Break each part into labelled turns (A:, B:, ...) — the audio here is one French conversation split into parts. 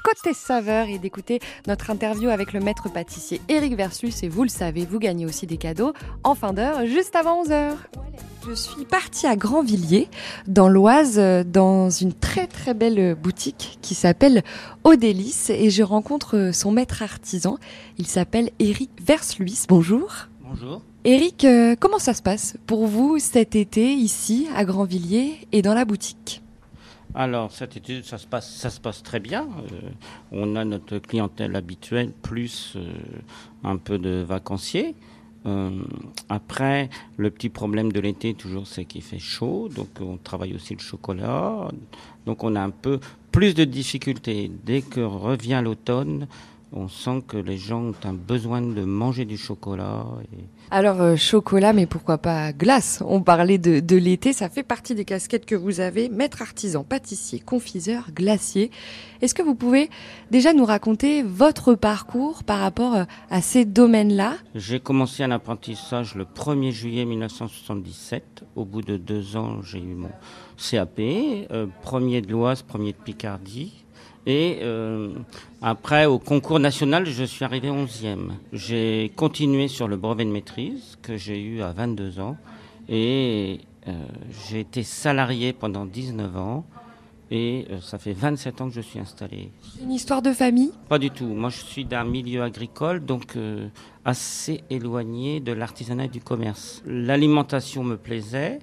A: Côté Saveur et d'écouter notre interview avec le maître pâtissier Éric Verslus. Et vous le savez, vous gagnez aussi des cadeaux en fin d'heure, juste avant 11h. Je suis partie à Grandvilliers, dans l'Oise, dans une très très belle boutique qui s'appelle Odélice et je rencontre son maître artisan. Il s'appelle Éric Verslus. Bonjour.
B: Bonjour.
A: Éric, comment ça se passe pour vous cet été ici à Grandvilliers et dans la boutique ?
B: Alors cet été, ça se passe très bien. On a notre clientèle habituelle plus un peu de vacanciers. Après, le petit problème de l'été, toujours, c'est qu'il fait chaud. Donc, on travaille aussi le chocolat. Donc, on a un peu plus de difficultés. Dès que revient l'automne, on sent que les gens ont un besoin de manger du chocolat.
A: Alors, chocolat, mais pourquoi pas glace ? On parlait de l'été, ça fait partie des casquettes que vous avez. Maître artisan, pâtissier, confiseur, glacier. Est-ce que vous pouvez déjà nous raconter votre parcours par rapport à ces domaines-là ?
B: J'ai commencé un apprentissage le 1er juillet 1977. Au bout de 2 ans, j'ai eu mon CAP. Premier de l'Oise, premier de Picardie. Et après, au concours national, je suis arrivé 11e. J'ai continué sur le brevet de maîtrise que j'ai eu à 22 ans. Et j'ai été salarié pendant 19 ans. Et ça fait 27 ans que je suis installé.
A: Une histoire de famille ?
B: Pas du tout. Moi, je suis d'un milieu agricole, donc assez éloigné de l'artisanat et du commerce. L'alimentation me plaisait.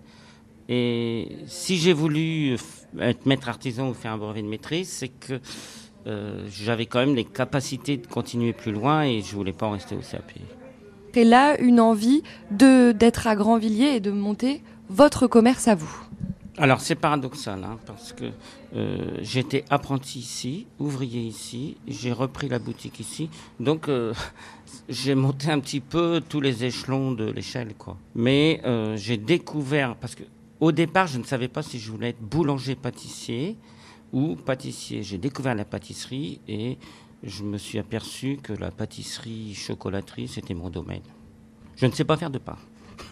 B: Et si j'ai voulu être maître artisan ou faire un brevet de maîtrise, c'est que j'avais quand même les capacités de continuer plus loin et je voulais pas en rester au CAP.
A: Et là, une envie d'être à Grandvilliers et de monter votre commerce à vous.
B: Alors c'est paradoxal, parce que j'étais apprenti ici, ouvrier ici, j'ai repris la boutique ici, donc j'ai monté un petit peu tous les échelons de l'échelle, quoi. Mais j'ai découvert, parce que au départ, je ne savais pas si je voulais être boulanger-pâtissier ou pâtissier. J'ai découvert la pâtisserie et je me suis aperçu que la pâtisserie-chocolaterie, c'était mon domaine. Je ne sais pas faire de pain.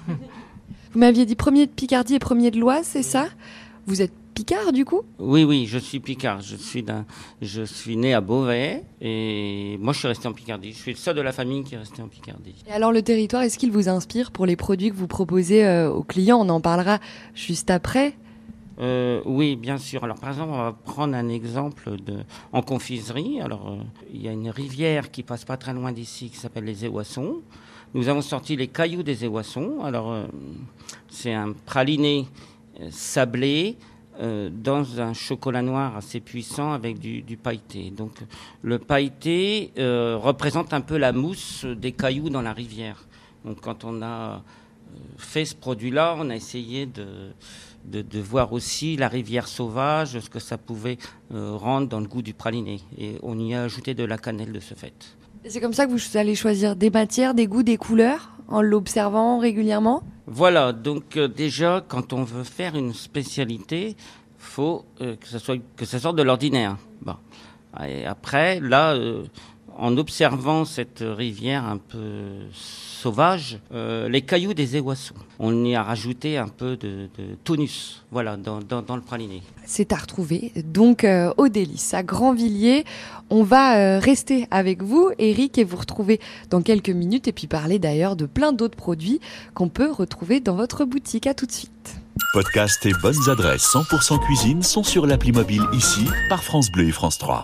A: Vous m'aviez dit premier de Picardie et premier de l'Oise, c'est ça ? Vous êtes Picard, du coup ?
B: Oui, je suis Picard. Je suis né à Beauvais et moi, je suis resté en Picardie. Je suis le seul de la famille qui est resté en Picardie.
A: Et alors, le territoire, est-ce qu'il vous inspire pour les produits que vous proposez aux clients ? On en parlera juste après.
B: Oui, bien sûr. Alors, par exemple, on va prendre un exemple en confiserie. Alors, il y a une rivière qui passe pas très loin d'ici qui s'appelle les Éoissons. Nous avons sorti les cailloux des Éoissons. Alors, c'est un praliné sablé dans un chocolat noir assez puissant avec du pailleté. Donc, le pailleté représente un peu la mousse des cailloux dans la rivière. Donc, quand on a fait ce produit-là, on a essayé de voir aussi la rivière sauvage, ce que ça pouvait rendre dans le goût du praliné. Et on y a ajouté de la cannelle de ce fait.
A: Et c'est comme ça que vous allez choisir des matières, des goûts, des couleurs, en l'observant régulièrement ?
B: Voilà, donc déjà, quand on veut faire une spécialité, faut que ça sorte de l'ordinaire. Bon. Et après, là, en observant cette rivière un peu sauvage, les cailloux des Éoissons, on y a rajouté un peu de tonus, voilà, dans le praliné.
A: C'est à retrouver, donc au Délice, à Grandvilliers. On va rester avec vous, Éric, et vous retrouver dans quelques minutes, et puis parler d'ailleurs de plein d'autres produits qu'on peut retrouver dans votre boutique. À tout de suite.
C: Podcast et bonnes adresses 100% cuisine sont sur l'appli mobile ici par France Bleu et France 3.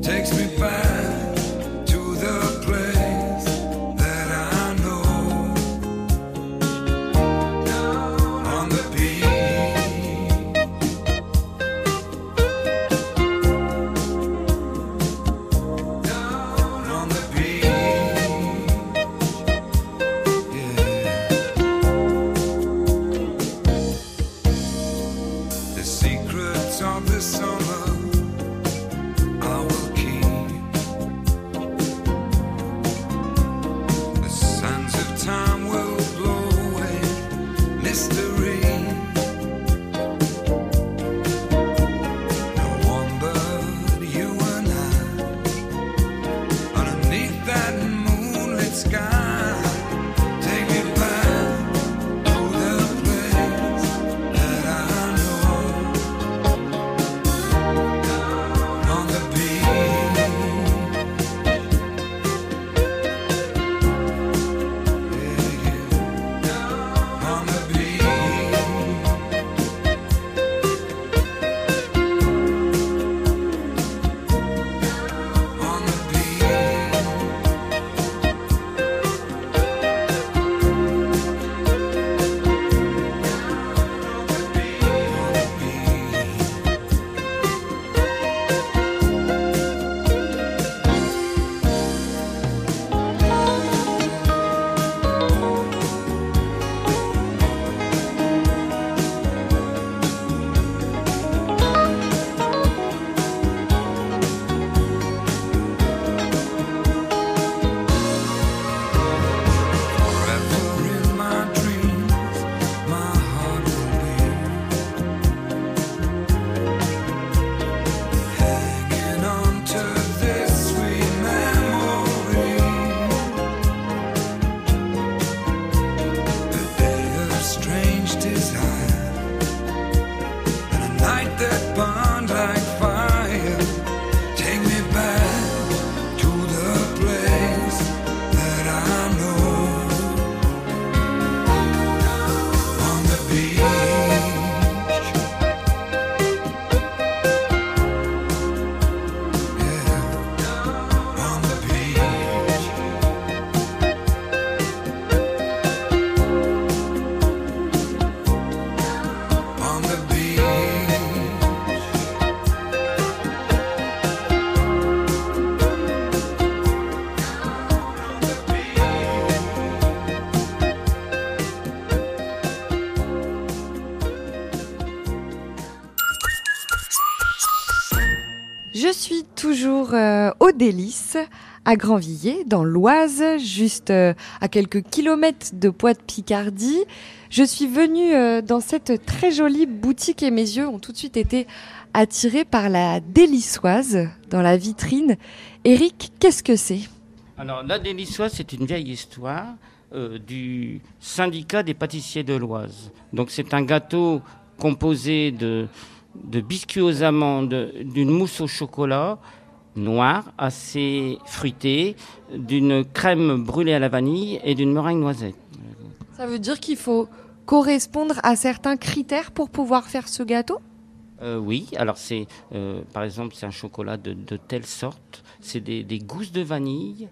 A: Je suis toujours au Délices, à Grandvilliers, dans l'Oise, juste à quelques kilomètres de Poix-de-Picardie. Je suis venue dans cette très jolie boutique et mes yeux ont tout de suite été attirés par la Déliçoise dans la vitrine. Eric, qu'est-ce que c'est ?
B: Alors, la Déliçoise, c'est une vieille histoire du syndicat des pâtissiers de l'Oise. Donc, c'est un gâteau composé de biscuits aux amandes, d'une mousse au chocolat noir, assez fruitée, d'une crème brûlée à la vanille et d'une meringue noisette.
A: Ça veut dire qu'il faut correspondre à certains critères pour pouvoir faire ce gâteau ?
B: Oui, alors c'est, par exemple, c'est un chocolat de telle sorte, c'est des gousses de vanille.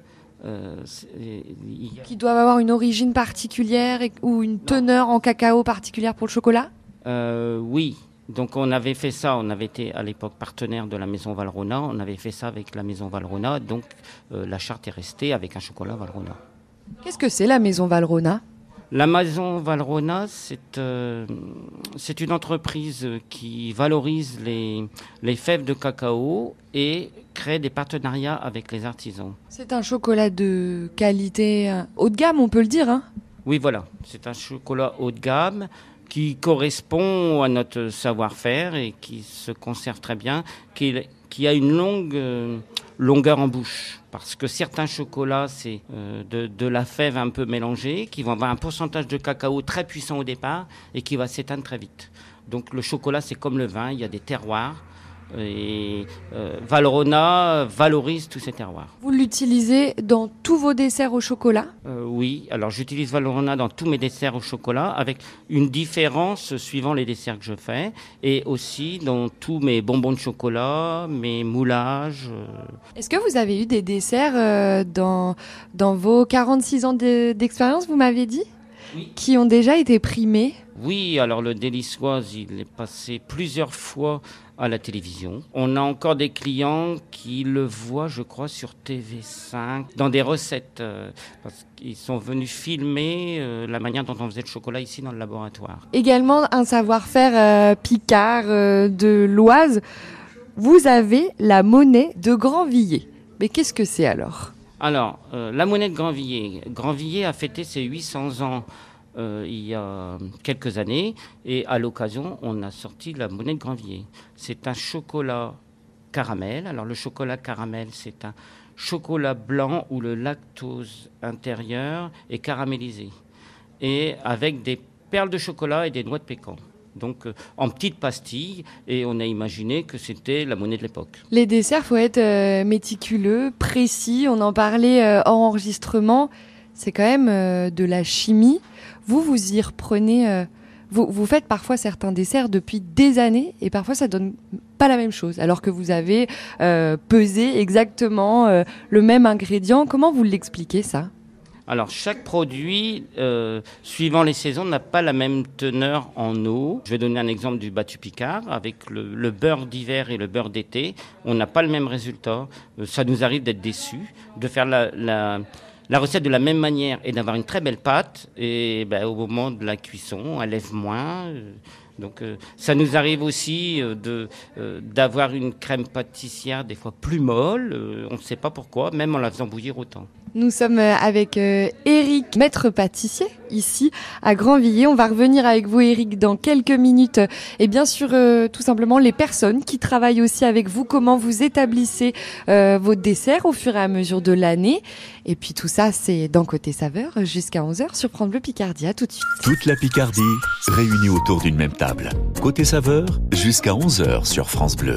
A: Qui doivent avoir une origine particulière ou une teneur en cacao particulière pour le chocolat ?
B: Oui. Donc on avait fait ça, on avait été à l'époque partenaire de la Maison Valrhona, on avait fait ça avec la Maison Valrhona, donc la charte est restée avec un chocolat Valrhona.
A: Qu'est-ce que c'est la Maison Valrhona ?
B: La Maison Valrhona, c'est une entreprise qui valorise les fèves de cacao et crée des partenariats avec les artisans.
A: C'est un chocolat de qualité haut de gamme, on peut le dire, hein ?
B: Oui, voilà, c'est un chocolat haut de gamme qui correspond à notre savoir-faire et qui se conserve très bien, qui a une longue longueur en bouche. Parce que certains chocolats, c'est de la fève un peu mélangée, qui vont avoir un pourcentage de cacao très puissant au départ et qui va s'éteindre très vite. Donc le chocolat, c'est comme le vin, il y a des terroirs. Et Valrhona valorise tous ces terroirs.
A: Vous l'utilisez dans tous vos desserts au chocolat ?
B: Oui, alors j'utilise Valrhona dans tous mes desserts au chocolat, avec une différence suivant les desserts que je fais, et aussi dans tous mes bonbons de chocolat, mes moulages.
A: Est-ce que vous avez eu des desserts dans vos 46 ans d'expérience, vous m'avez dit,
B: Oui.
A: qui ont déjà été primés?
B: Oui, alors le Déliçoise, il est passé plusieurs fois à la télévision. On a encore des clients qui le voient, je crois, sur TV5, dans des recettes, parce qu'ils sont venus filmer la manière dont on faisait le chocolat ici dans le laboratoire.
A: Également un savoir-faire picard de l'Oise. Vous avez la monnaie de Grandvilliers. Mais qu'est-ce que c'est alors?
B: Alors, la monnaie de Grandvilliers. Grandvilliers a fêté ses 800 ans il y a quelques années, et à l'occasion, on a sorti la monnaie de Grandvilliers. C'est un chocolat caramel. Alors, le chocolat caramel, c'est un chocolat blanc où le lactose intérieur est caramélisé, et avec des perles de chocolat et des noix de pécan. Donc en petites pastilles, et on a imaginé que c'était la monnaie de l'époque.
A: Les desserts, faut être méticuleux, précis. On en parlait hors enregistrement. C'est quand même de la chimie. Vous y reprenez. Vous faites parfois certains desserts depuis des années, et parfois ça donne pas la même chose, alors que vous avez pesé exactement le même ingrédient. Comment vous l'expliquez, ça ?
B: Alors, chaque produit, suivant les saisons, n'a pas la même teneur en eau. Je vais donner un exemple du battu picard. Avec le beurre d'hiver et le beurre d'été, on n'a pas le même résultat. Ça nous arrive d'être déçus, de faire la recette de la même manière et d'avoir une très belle pâte. Et au moment de la cuisson, elle lève moins. Donc, ça nous arrive aussi d'avoir une crème pâtissière des fois plus molle. On ne sait pas pourquoi, même en la faisant bouillir autant.
A: Nous sommes avec Eric, maître pâtissier, ici à Grandvilliers. On va revenir avec vous, Eric, dans quelques minutes. Et bien sûr, tout simplement, les personnes qui travaillent aussi avec vous, comment vous établissez vos desserts au fur et à mesure de l'année. Et puis tout ça, c'est dans Côté Saveur, jusqu'à 11h sur France Bleu Picardie. À tout de suite.
C: Toute la Picardie réunie autour d'une même table. Côté Saveur, jusqu'à 11h sur France Bleu.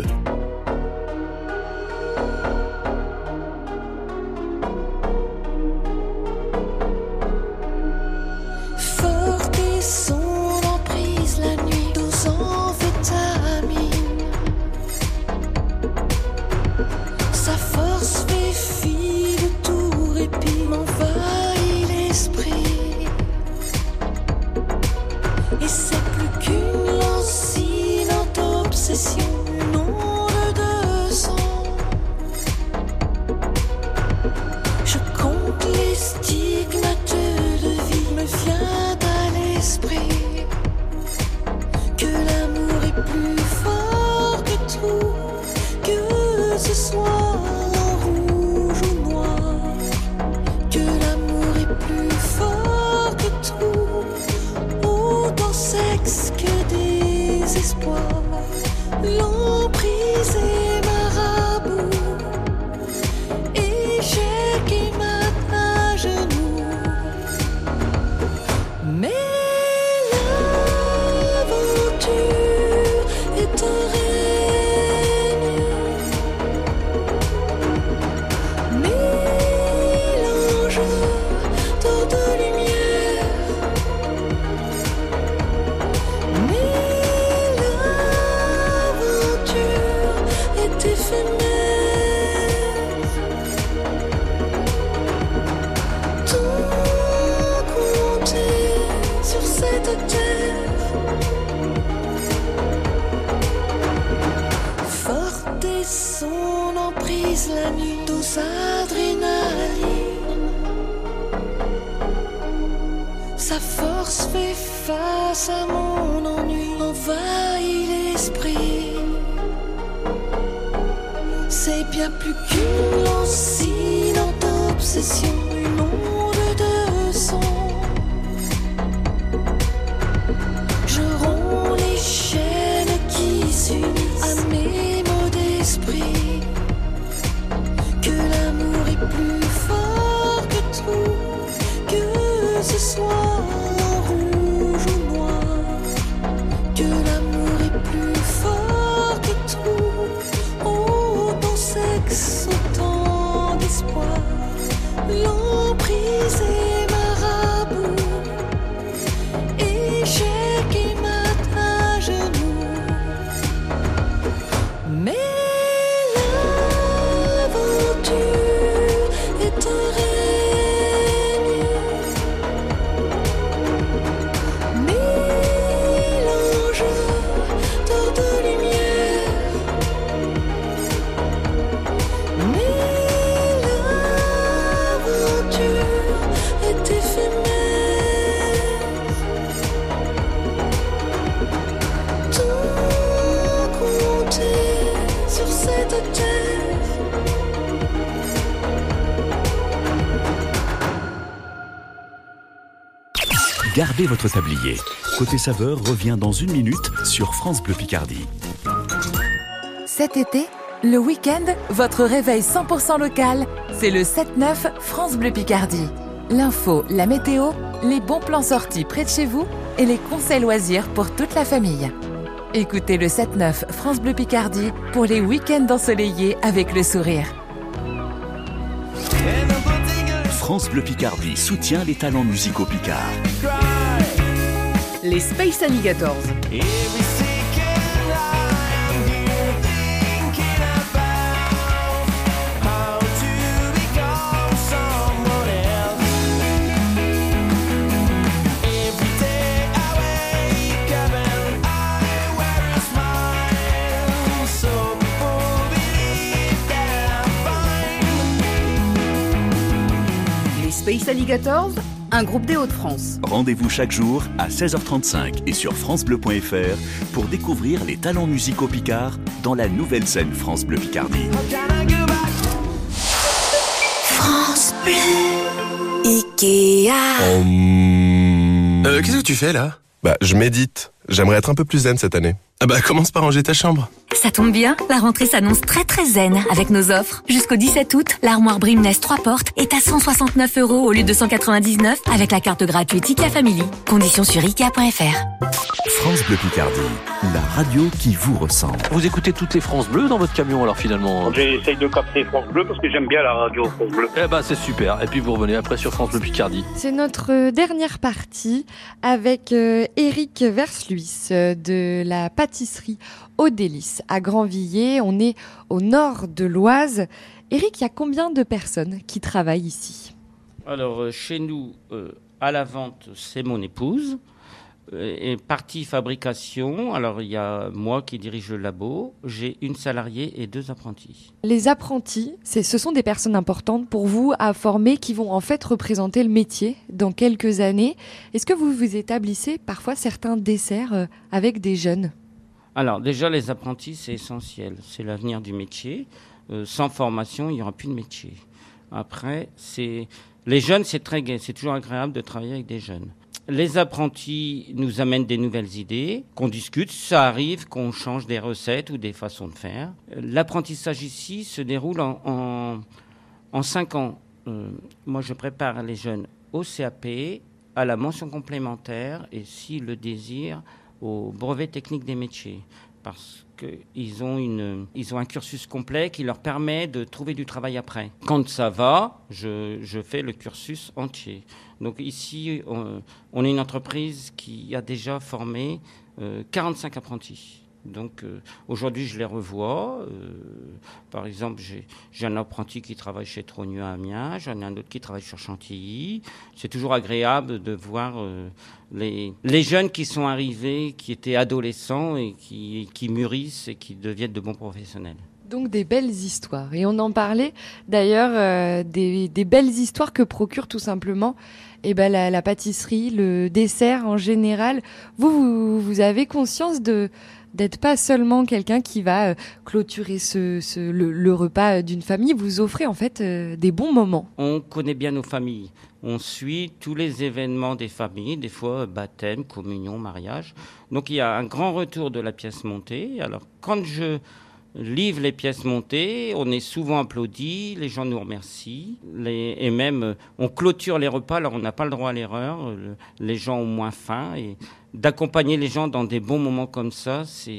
D: Sa force fait face à mon ennui, envahit l'esprit. C'est bien plus qu'une lancinante obsession, une onde de son. Je romps les chaînes qui s'unissent à mes mots d'esprit. Que l'amour est plus fort que tout, que ce soit rouge ou noir. Que l'amour est plus fort que tout, autant sexe, autant d'espoir. L'emprise est ma
C: gardez votre tablier. Côté saveur revient dans 1 minute sur France Bleu Picardie.
E: Cet été, le week-end, votre réveil 100% local, c'est le 7-9 France Bleu Picardie. L'info, la météo, les bons plans sortis près de chez vous et les conseils loisirs pour toute la famille. Écoutez le 7-9 France Bleu Picardie pour les week-ends ensoleillés avec le sourire.
C: France Bleu Picardie soutient les talents musicaux picards.
F: Les Space Alligators. Space Alligators, un groupe des Hauts-de-France.
C: Rendez-vous chaque jour à 16h35 et sur francebleu.fr pour découvrir les talents musicaux picards dans la nouvelle scène France Bleu Picardie.
D: France Bleu. Ikea.
G: Qu'est-ce que tu fais là ? Je médite. J'aimerais être un peu plus zen cette année. Commence par ranger ta chambre.
H: Ça tombe bien, la rentrée s'annonce très très zen avec nos offres. Jusqu'au 17 août, l'armoire Brimnes 3 portes est à 169 € au lieu de 199 avec la carte gratuite IKEA Family. Conditions sur Ikea.fr.
C: France Bleu Picardie, la radio qui vous ressemble.
I: Vous écoutez toutes les France Bleues dans votre camion alors finalement ?
J: J'essaye de capter France Bleu parce que j'aime bien la radio France Bleu.
I: C'est super. Et puis vous revenez après sur France Bleu Picardie.
A: C'est notre dernière partie avec Eric Versluis de la pâtisserie Au Délice à Grandvilliers. On est au nord de l'Oise. Eric, il y a combien de personnes qui travaillent ici ?
B: Alors, chez nous, à la vente, c'est mon épouse. Et partie fabrication, alors il y a moi qui dirige le labo, j'ai une salariée et 2 apprentis.
A: Les apprentis, ce sont des personnes importantes pour vous à former qui vont en fait représenter le métier dans quelques années. Est-ce que vous établissez parfois certains desserts avec des jeunes ?
B: Alors déjà les apprentis c'est essentiel, c'est l'avenir du métier. Sans formation il n'y aura plus de métier. Après les jeunes c'est très gai, c'est toujours agréable de travailler avec des jeunes. Les apprentis nous amènent des nouvelles idées, qu'on discute. Ça arrive qu'on change des recettes ou des façons de faire. L'apprentissage ici se déroule en 5 ans. Moi, je prépare les jeunes au CAP, à la mention complémentaire et, s'ils le désirent, au brevet technique des métiers. Parce qu'ils ont un cursus complet qui leur permet de trouver du travail après. Quand ça va, je fais le cursus entier. Donc ici, on est une entreprise qui a déjà formé 45 apprentis. Donc aujourd'hui, je les revois. Par exemple, j'ai un apprenti qui travaille chez Trogneux à Amiens, j'en ai un autre qui travaille sur Chantilly. C'est toujours agréable de voir les jeunes qui sont arrivés, qui étaient adolescents et qui mûrissent et qui deviennent de bons professionnels.
A: Donc des belles histoires. Et on en parlait d'ailleurs des belles histoires que procure tout simplement la pâtisserie, le dessert en général. Vous avez conscience d'être pas seulement quelqu'un qui va clôturer le repas d'une famille. Vous offrez en fait des bons moments.
B: On connaît bien nos familles. On suit tous les événements des familles, des fois baptême, communion, mariage. Donc il y a un grand retour de la pièce montée. Alors quand je livre les pièces montées, on est souvent applaudi, les gens nous remercient, et même on clôture les repas, alors on n'a pas le droit à l'erreur, les gens ont moins faim, et d'accompagner les gens dans des bons moments comme ça,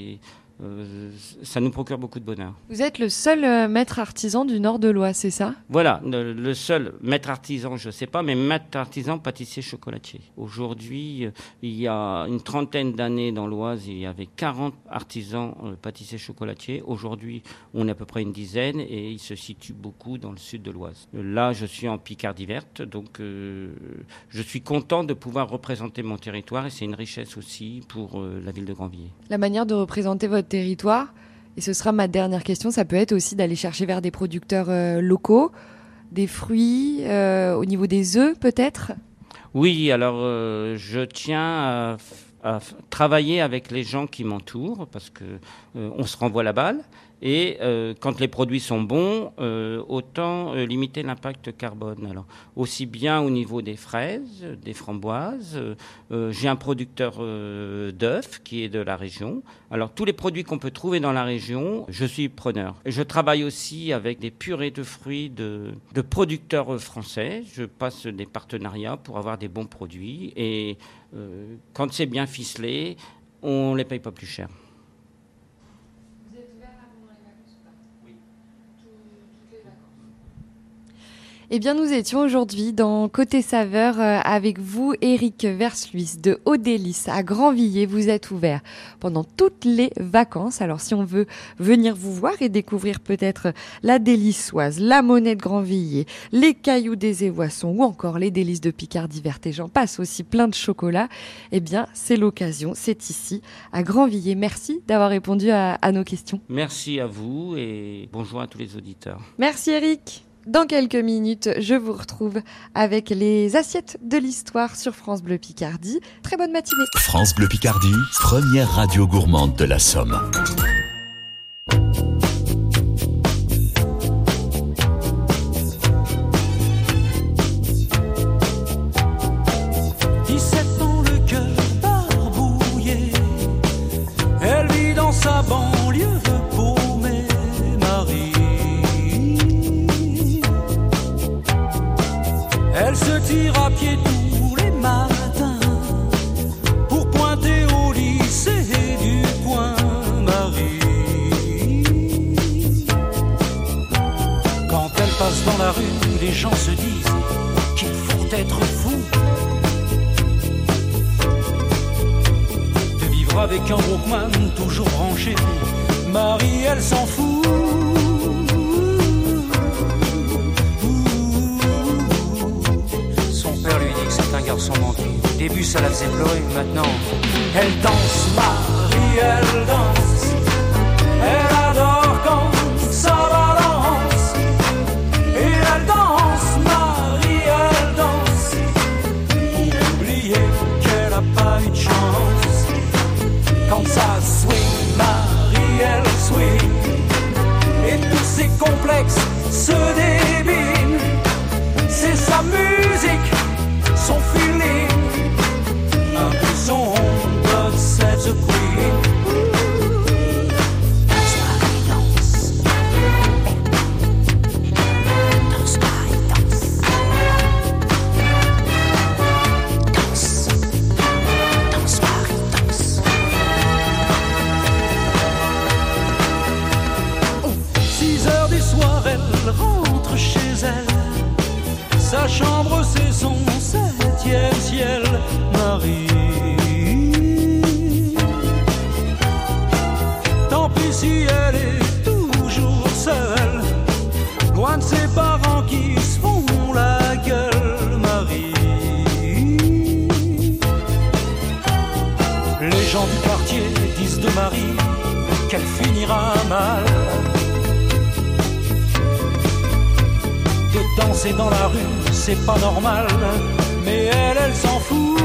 B: ça nous procure beaucoup de bonheur.
A: Vous êtes le seul maître artisan du nord de l'Oise, c'est ça ?
B: Voilà, le seul maître artisan, je ne sais pas, mais maître artisan pâtissier chocolatier. Aujourd'hui, il y a une 30aine d'années dans l'Oise, il y avait 40 artisans pâtissiers chocolatiers. Aujourd'hui, on est à peu près une dizaine et ils se situent beaucoup dans le sud de l'Oise. Là, je suis en Picardie verte, donc je suis content de pouvoir représenter mon territoire et c'est une richesse aussi pour la ville de Grandvilliers.
A: La manière de représenter votre territoire, et ce sera ma dernière question, ça peut être aussi d'aller chercher vers des producteurs locaux, des fruits, au niveau des œufs peut-être ?
B: Oui, alors je tiens à travailler avec les gens qui m'entourent parce que on se renvoie la balle Et quand les produits sont bons, autant limiter l'impact carbone. Alors, aussi bien au niveau des fraises, des framboises. J'ai un producteur d'œufs qui est de la région. Alors, tous les produits qu'on peut trouver dans la région, je suis preneur. Je travaille aussi avec des purées de fruits de producteurs français. Je passe des partenariats pour avoir des bons produits. Et quand c'est bien ficelé, on ne les paye pas plus cher.
A: Eh bien, nous étions aujourd'hui dans Côté Saveur avec vous, Eric Versluis de Haut-Délice à Grandvilliers. Vous êtes ouvert pendant toutes les vacances. Alors, si on veut venir vous voir et découvrir peut-être la Déliçoise, la Monnaie de Grandvilliers, les Cailloux des Évoissons ou encore les Délices de Picardie Verte et j'en passe aussi plein de chocolat, eh bien, c'est l'occasion. C'est ici, à Grandvilliers. Merci d'avoir répondu à nos questions.
B: Merci à vous et bonjour à tous les auditeurs.
A: Merci, Eric. Dans quelques minutes, je vous retrouve avec les assiettes de l'histoire sur France Bleu Picardie. Très bonne matinée.
C: France Bleu Picardie, première radio gourmande de la Somme.
D: Elle vit dans sa banlieue paumée, Marie. Elle se tire à pied tous les matins pour pointer au lycée du coin, Marie. Quand elle passe dans la rue, les gens se disent qu'il faut être fou de vivre avec un Walkman toujours branché. Marie, elle s'en fout. Un garçon manqué. Au début ça la faisait pleurer, maintenant elle danse, Marie, elle danse. Elle adore quand ça balance. Et elle danse, Marie, elle danse. Oubliez qu'elle a pas eu de chance. Quand ça swing, Marie, elle swing. Et tous ses complexes se débinent. C'est sa musique, son feeling, un peu son God save the Queen. Danse, Marie, danse. Danse, Marie, danse. Danse. Danse, Marie, danse. 6 heures du soir, elle rentre chez elle. Sa chambre, c'est son 7e ciel, Marie. Tant pis si elle est toujours seule, loin de ses parents qui se font la gueule, Marie. Les gens du quartier disent de Marie qu'elle finira mal. De danser dans la rue, c'est pas normal, mais elle s'en fout.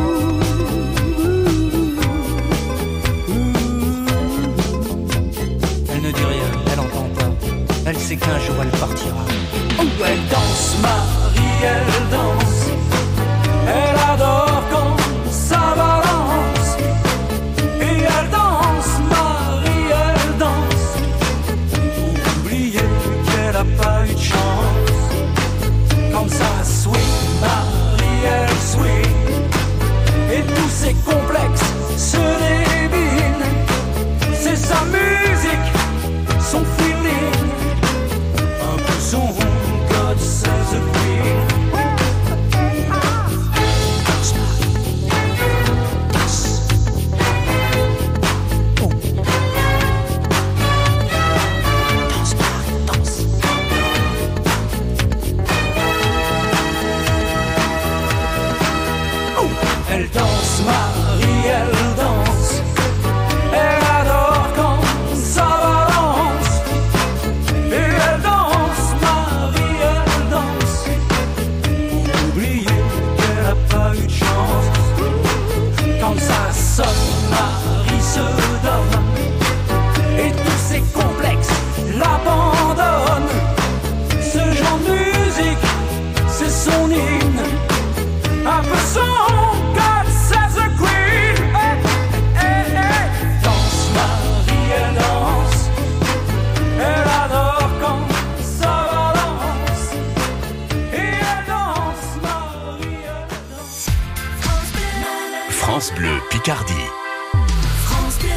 D: Elle ne dit rien, elle entend pas. Elle sait qu'un jour elle partira. Oh, elle danse, Marie, elle danse. Elle adore quand ça balance. Et elle danse, Marie, elle danse. Oubliez qu'elle a pas eu de chance. Comme ça swing, Marie, elle swing. Et tous ses complexes se débinent. C'est sa musique, son feeling, un peu son God save the Queen.
C: France Bleu Picardie.
K: France Bleu.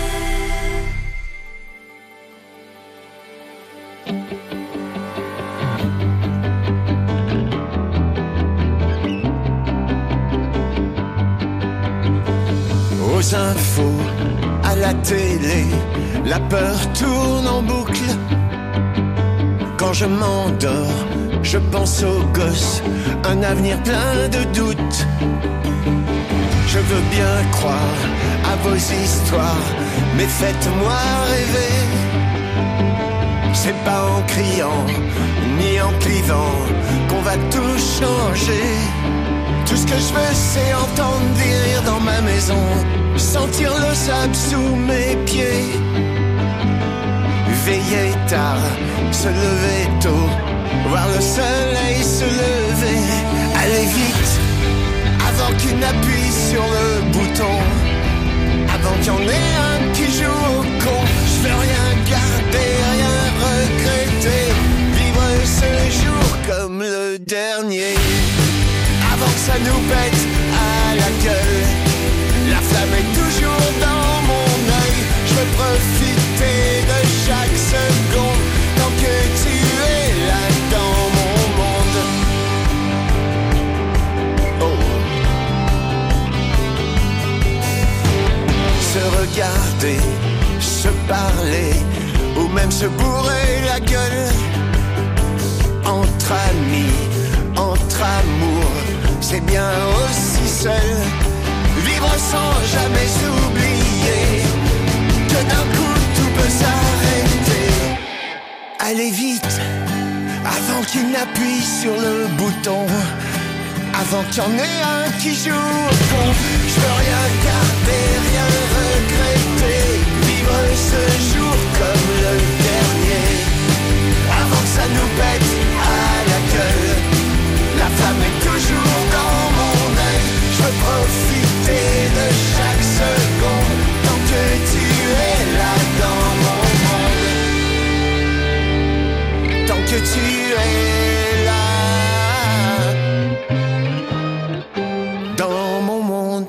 L: Aux infos, à la télé, la peur tourne en boucle. Quand je m'endors, je pense aux gosses, un avenir plein de doutes. Je veux bien croire à vos histoires, mais faites-moi rêver. C'est pas en criant, ni en clivant, qu'on va tout changer. Tout ce que je veux, c'est entendre des rires dans ma maison, sentir le sable sous mes pieds. Veiller tard, se lever tôt, voir le soleil se lever. Aller vite, avant qu'il n'appuie sur le bouton, avant qu'il y en ait un qui joue au con. Je veux rien garder, rien regretter, vivre ce jour comme le dernier. Avant que ça nous pète à la gueule, la flamme est toujours dans mon œil. Je veux profiter de chaque seconde, tant que tu es là dans mon monde. Oh. Se regarder, se parler, ou même se bourrer la gueule. Entre amis, entre amour, c'est bien aussi seul. Vivre sans jamais s'oublier que d'un coup tout peut s'arrêter. Allez vite, avant qu'il n'appuie sur le bouton, avant qu'il y en ait un qui joue au con. Je veux rien garder, rien regretter, vivre ce jour comme le dernier. Avant que ça nous pète à la gueule, la flamme est toujours dans mon œil. Je veux profiter de chaque seconde, tant que tu es là dans mon monde. Tant que tu es là dans mon monde.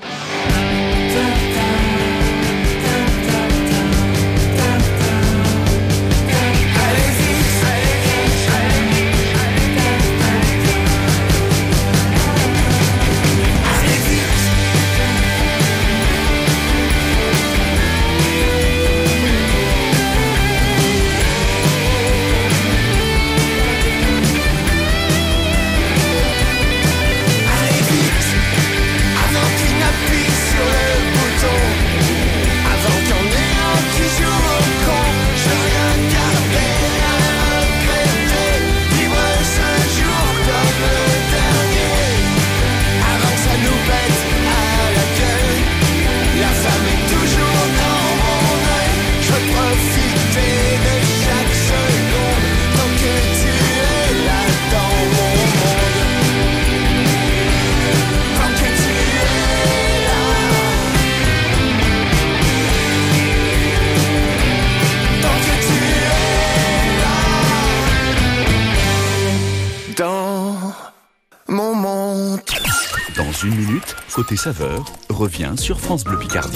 C: Dans une minute, Côté Saveur revient sur France Bleu Picardie.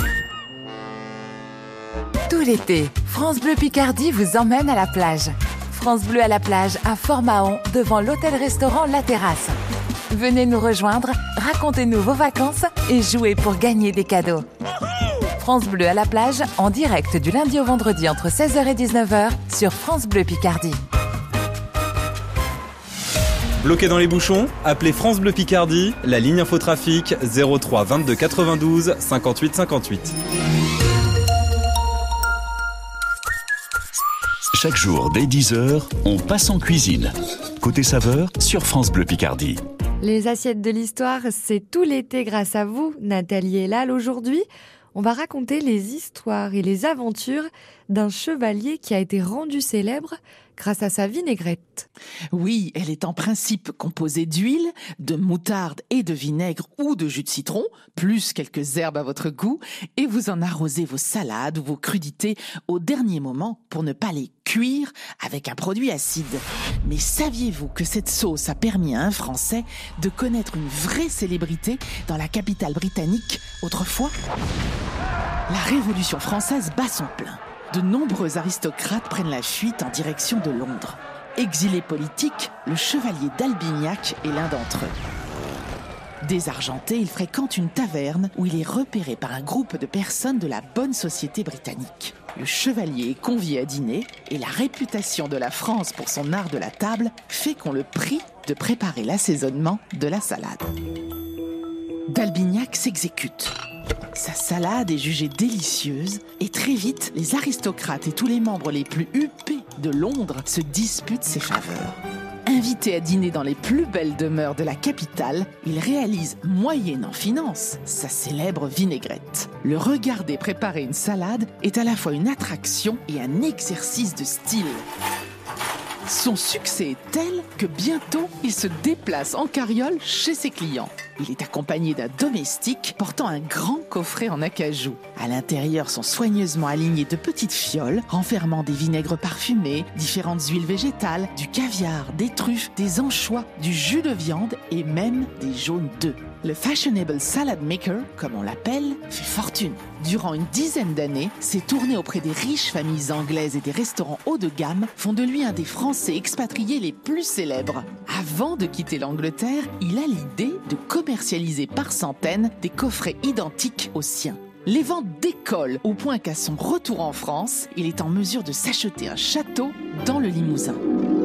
E: Tout l'été, France Bleu Picardie vous emmène à la plage. France Bleu à la plage à Fort-Mahon, devant l'hôtel-restaurant La Terrasse. Venez nous rejoindre, racontez-nous vos vacances et jouez pour gagner des cadeaux. France Bleu à la plage, en direct du lundi au vendredi entre 16h et 19h sur France Bleu Picardie.
M: Bloqué dans les bouchons, appelez France Bleu Picardie, la ligne infotrafic 03 22 92 58 58.
C: Chaque jour dès 10h, on passe en cuisine. Côté saveur sur France Bleu Picardie.
A: Les assiettes de l'histoire, c'est tout l'été grâce à vous, Nathalie et Lal. Aujourd'hui, on va raconter les histoires et les aventures d'un chevalier qui a été rendu célèbre grâce à sa vinaigrette.
N: Oui, elle est en principe composée d'huile, de moutarde et de vinaigre ou de jus de citron, plus quelques herbes à votre goût, et vous en arrosez vos salades ou vos crudités au dernier moment pour ne pas les cuire avec un produit acide. Mais saviez-vous que cette sauce a permis à un Français de connaître une vraie célébrité dans la capitale britannique autrefois ? La Révolution française bat son plein. De nombreux aristocrates prennent la fuite en direction de Londres. Exilé politique, le chevalier d'Albignac est l'un d'entre eux. Désargenté, il fréquente une taverne où il est repéré par un groupe de personnes de la bonne société britannique. Le chevalier est convié à dîner et la réputation de la France pour son art de la table fait qu'on le prie de préparer l'assaisonnement de la salade. D'Albignac s'exécute. Sa salade est jugée délicieuse et très vite, les aristocrates et tous les membres les plus huppés de Londres se disputent ses faveurs. Invité à dîner dans les plus belles demeures de la capitale, il réalise, moyennant finance, sa célèbre vinaigrette. Le regarder préparer une salade est à la fois une attraction et un exercice de style. Son succès est tel que bientôt, il se déplace en carriole chez ses clients. Il est accompagné d'un domestique portant un grand coffret en acajou. À l'intérieur sont soigneusement alignées de petites fioles renfermant des vinaigres parfumés, différentes huiles végétales, du caviar, des truffes, des anchois, du jus de viande et même des jaunes d'œufs. Le fashionable salad maker, comme on l'appelle, fait fortune. Durant une dizaine d'années, ses tournées auprès des riches familles anglaises et des restaurants haut de gamme font de lui un des Français expatriés les plus célèbres. Avant de quitter l'Angleterre, il a l'idée de commercialiser par centaines des coffrets identiques aux siens. Les ventes décollent au point qu'à son retour en France, il est en mesure de s'acheter un château dans le Limousin.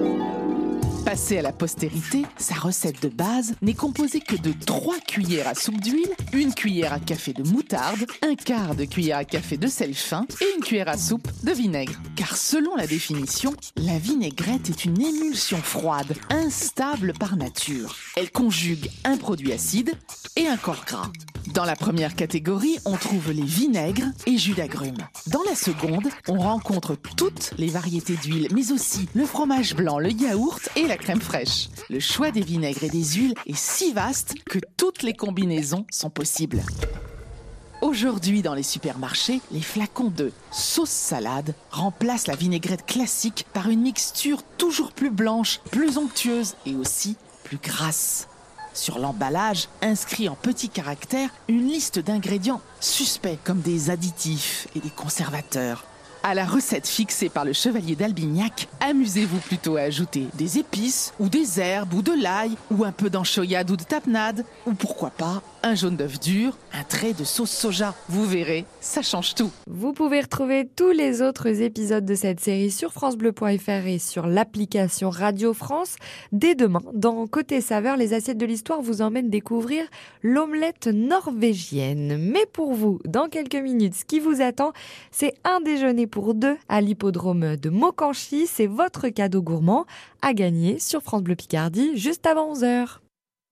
N: Passée à la postérité, sa recette de base n'est composée que de 3 cuillères à soupe d'huile, 1 cuillère à café de moutarde, 1/4 de cuillère à café de sel fin et 1 cuillère à soupe de vinaigre. Car selon la définition, la vinaigrette est une émulsion froide, instable par nature. Elle conjugue un produit acide et un corps gras. Dans la première catégorie, on trouve les vinaigres et jus d'agrumes. Dans la seconde, on rencontre toutes les variétés d'huile, mais aussi le fromage blanc, le yaourt et la crème fraîche. Le choix des vinaigres et des huiles est si vaste que toutes les combinaisons sont possibles. Aujourd'hui, dans les supermarchés, les flacons de sauce salade remplacent la vinaigrette classique par une mixture toujours plus blanche, plus onctueuse et aussi plus grasse. Sur l'emballage, inscrit en petits caractères, une liste d'ingrédients suspects comme des additifs et des conservateurs. À la recette fixée par le chevalier d'Albignac, amusez-vous plutôt à ajouter des épices, ou des herbes, ou de l'ail, ou un peu d'enchoyade ou de tapenade, ou pourquoi pas un jaune d'œuf dur, un trait de sauce soja. Vous verrez, ça change tout.
A: Vous pouvez retrouver tous les autres épisodes de cette série sur francebleu.fr et sur l'application Radio France. Dès demain, dans Côté Saveur, les assiettes de l'histoire vous emmènent découvrir l'omelette norvégienne. Mais pour vous, dans quelques minutes, ce qui vous attend, c'est un déjeuner pour 2 à l'hippodrome de Mokanchi. C'est votre cadeau gourmand à gagner sur France Bleu Picardie juste avant 11h.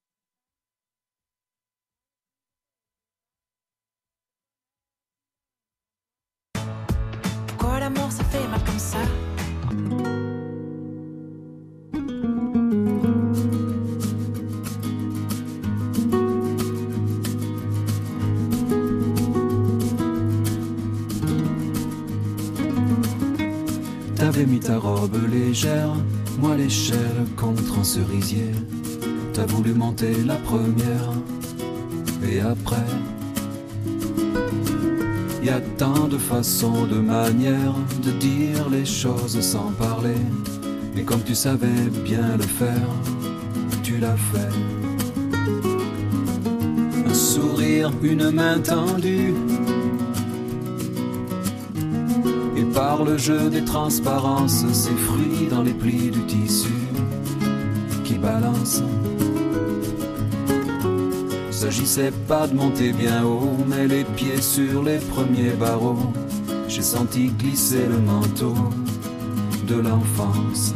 K: Pourquoi l'amour ça fait mal comme ça?
O: T'avais mis ta robe légère, moi l'échelle contre un cerisier. T'as voulu monter la première, et après y a tant de façons, de manières de dire les choses sans parler. Mais comme tu savais bien le faire, tu l'as fait. Un sourire, une main tendue, et par le jeu des transparences, ces fruits dans les plis du tissu qui balancent. S'agissait pas de monter bien haut, mais les pieds sur les premiers barreaux, j'ai senti glisser le manteau de l'enfance.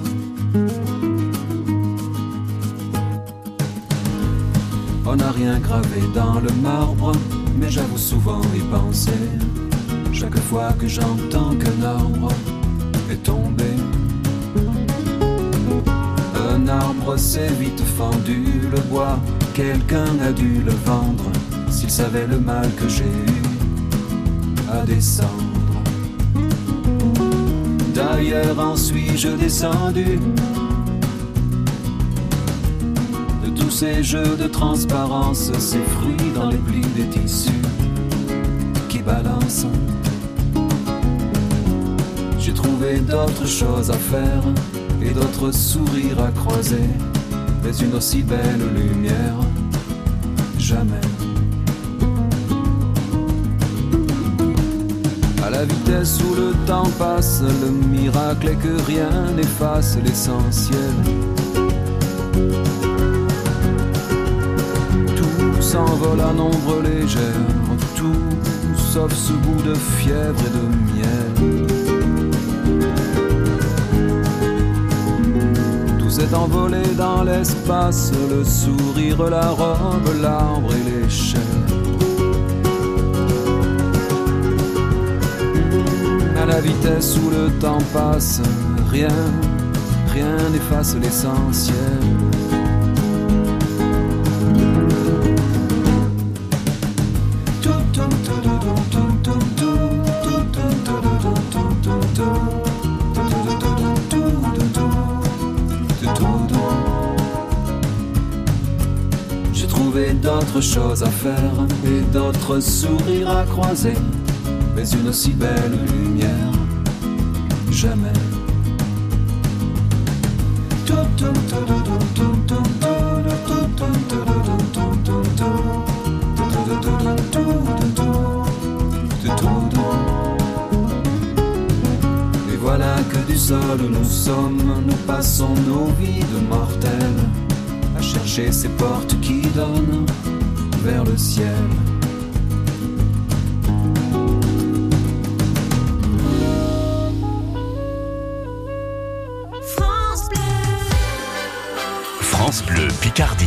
O: On n'a rien gravé dans le marbre, mais j'avoue souvent y penser. Chaque fois que j'entends qu'un arbre est tombé, Un arbre s'est vite fendu, le bois, quelqu'un a dû le vendre. S'il savait le mal que j'ai eu à descendre. D'ailleurs en suis-je descendu de tous ces jeux de transparence, ces fruits dans les plis des tissus qui balancent. J'ai trouvé d'autres choses à faire et d'autres sourires à croiser, mais une aussi belle lumière, jamais. À la vitesse où le temps passe, le miracle est que rien n'efface l'essentiel. Tout s'envole à nombre légère, tout sauf ce goût de fièvre et de miel. Tout s'est envolé dans l'espace, le sourire, la robe, l'arbre et l'échelle. À la vitesse où le temps passe, rien n'efface l'essentiel. J'ai trouvé d'autres choses à faire et d'autres sourires à croiser, mais une aussi belle lumière, jamais. Et voilà que du sol où nous sommes, nous passons nos vies de mortels à chercher ces portes qui donnent vers le ciel.
C: France Bleu Picardie.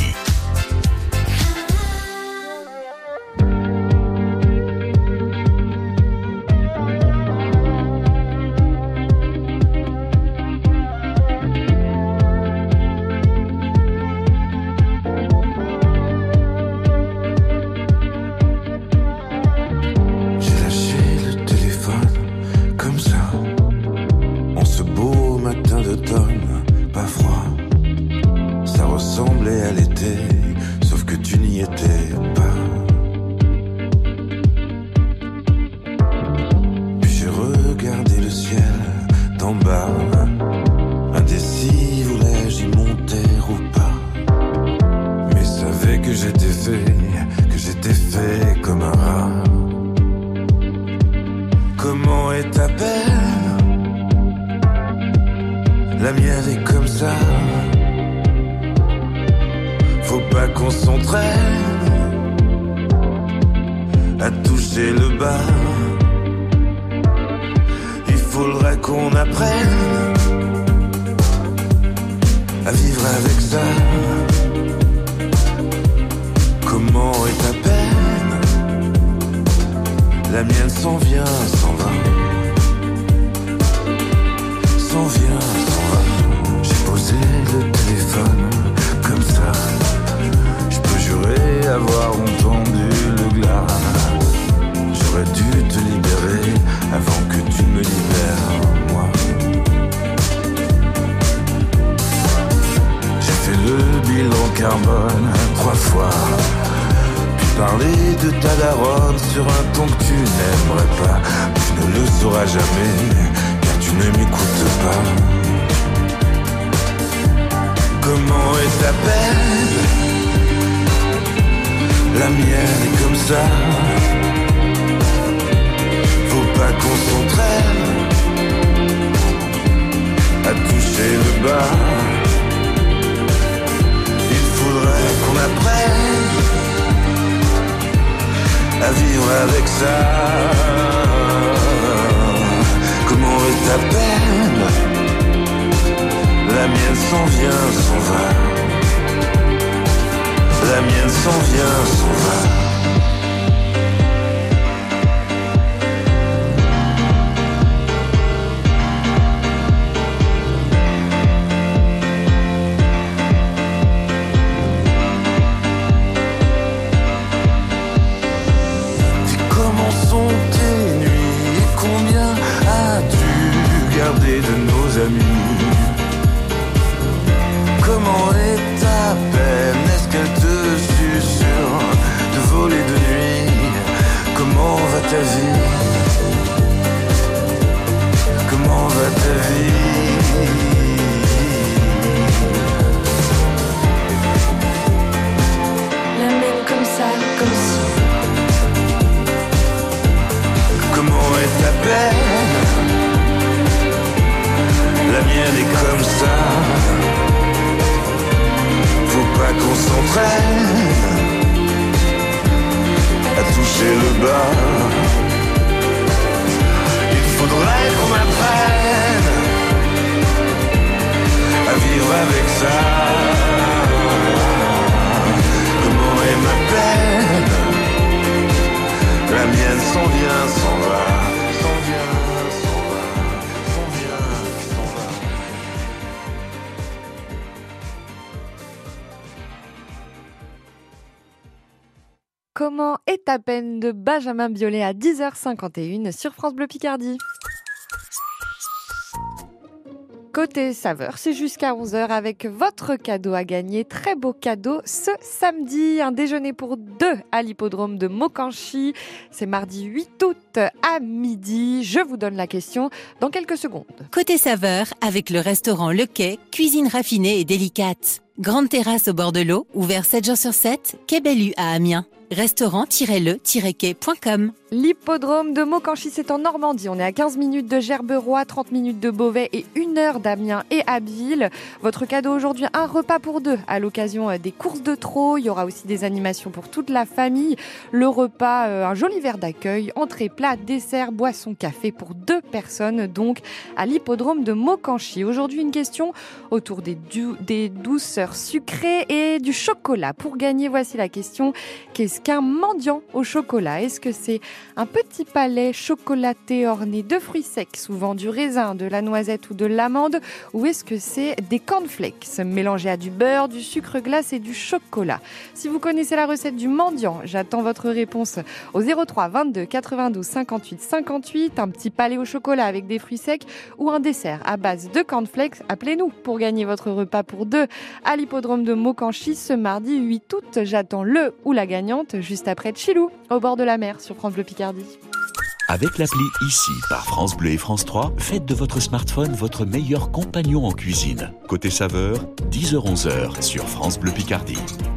L: c'est le bas. Il faudrait qu'on apprenne à vivre avec ça. Comment est ma peine? La mienne s'en vient, s'en va, s'en vient, s'en va, s'en vient, s'en va.
A: Comment est ta peine de Benjamin Biolay à 10h51 sur France Bleu Picardie. Côté saveur, c'est jusqu'à 11h avec votre cadeau à gagner. Très beau cadeau ce samedi. Un déjeuner pour deux à l'hippodrome de Mokanchy. C'est mardi 8 août à midi. Je vous donne la question dans quelques secondes.
H: Côté saveur, avec le restaurant Le Quai, cuisine raffinée et délicate. Grande terrasse au bord de l'eau, ouvert 7 jours sur 7, Quai Bellu à Amiens. Restaurant-le-quai.com.
A: L'hippodrome de Mokanchy, c'est en Normandie. On est à 15 minutes de Gerberoy, 30 minutes de Beauvais et 1 heure d'Amiens et Abbeville. Votre cadeau aujourd'hui, un repas pour deux à l'occasion des courses de trot. Il y aura aussi des animations pour toute la famille. Le repas, un joli verre d'accueil, entrée, plat, dessert, boisson, café pour 2 personnes, donc à l'hippodrome de Mokanchy. Aujourd'hui, une question autour des douceurs sucrées et du chocolat. Pour gagner, voici la question. Qu'est-ce qu'un mendiant au chocolat? Est-ce que c'est un petit palais chocolaté orné de fruits secs, souvent du raisin, de la noisette ou de l'amande, ou est-ce que c'est des cornflakes mélangés à du beurre, du sucre glace et du chocolat? Si vous connaissez la recette du mendiant, j'attends votre réponse au 03 22 92 58 58. Un petit palais au chocolat avec des fruits secs ou un dessert à base de cornflakes, appelez-nous pour gagner votre repas pour deux à l'hippodrome de Mokanchy ce mardi 8 août. J'attends le ou la gagnante juste après Chilou, au bord de la mer sur France Bleu Picardie.
C: Avec l'appli Ici par France Bleu et France 3, faites de votre smartphone votre meilleur compagnon en cuisine. Côté saveur, 10h-11h sur France Bleu Picardie.